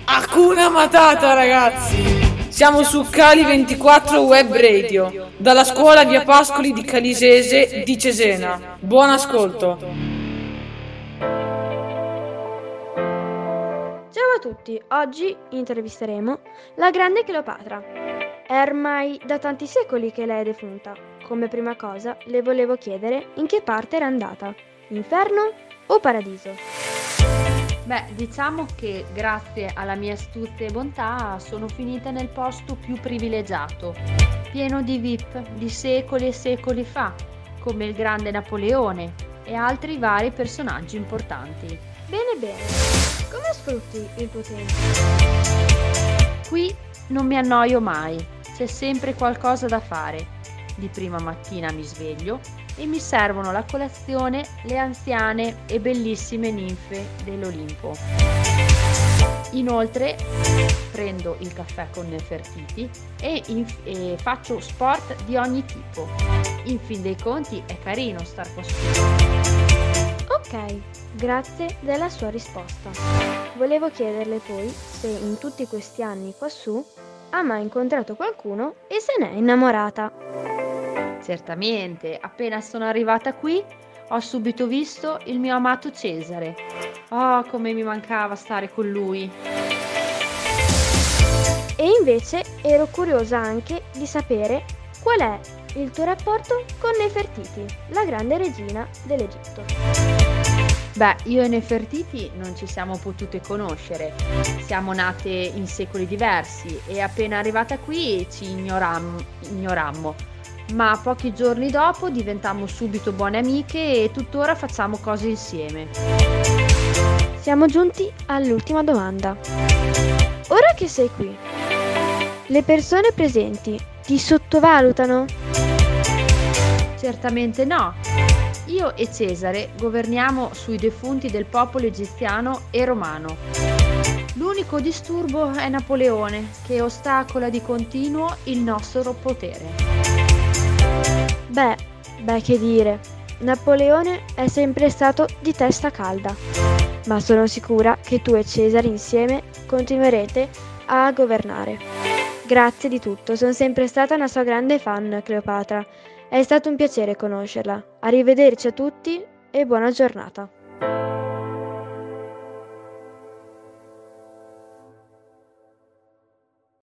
Hakuna Matata, ragazzi! Siamo su Cali 24 Web Radio, dalla scuola Via Pascoli di Calisese di Cesena. Buon ascolto! Ciao a tutti, oggi intervisteremo la grande Cleopatra. È ormai da tanti secoli che lei è defunta. Come prima cosa le volevo chiedere in che parte era andata, inferno o paradiso? Beh, diciamo che grazie alla mia astuzia e bontà sono finita nel posto più privilegiato, pieno di VIP di secoli e secoli fa, come il grande Napoleone e altri vari personaggi importanti. Bene bene, come sfrutti il tuo tempo? Qui non mi annoio mai, c'è sempre qualcosa da fare. Di prima mattina mi sveglio e mi servono la colazione le anziane e bellissime ninfe dell'Olimpo. Inoltre prendo il caffè con Nefertiti e faccio sport di ogni tipo. In fin dei conti è carino star qua su. Ok, grazie della sua risposta. Volevo chiederle poi se in tutti questi anni quassù ha mai incontrato qualcuno e se n'è innamorata. Certamente, appena sono arrivata qui ho subito visto il mio amato Cesare. Oh, come mi mancava stare con lui. E invece ero curiosa anche di sapere qual è il tuo rapporto con Nefertiti, la grande regina dell'Egitto. Beh, io e Nefertiti non ci siamo potute conoscere. Siamo nate in secoli diversi e appena arrivata qui ci ignorammo. Ma pochi giorni dopo diventammo subito buone amiche e tuttora facciamo cose insieme. Siamo giunti all'ultima domanda. Ora che sei qui, le persone presenti ti sottovalutano? Certamente no. Io e Cesare governiamo sui defunti del popolo egiziano e romano. L'unico disturbo è Napoleone, che ostacola di continuo il nostro potere. Beh, che dire, Napoleone è sempre stato di testa calda, ma sono sicura che tu e Cesare insieme continuerete a governare. Grazie di tutto, sono sempre stata una sua grande fan, Cleopatra. È stato un piacere conoscerla. Arrivederci a tutti e buona giornata.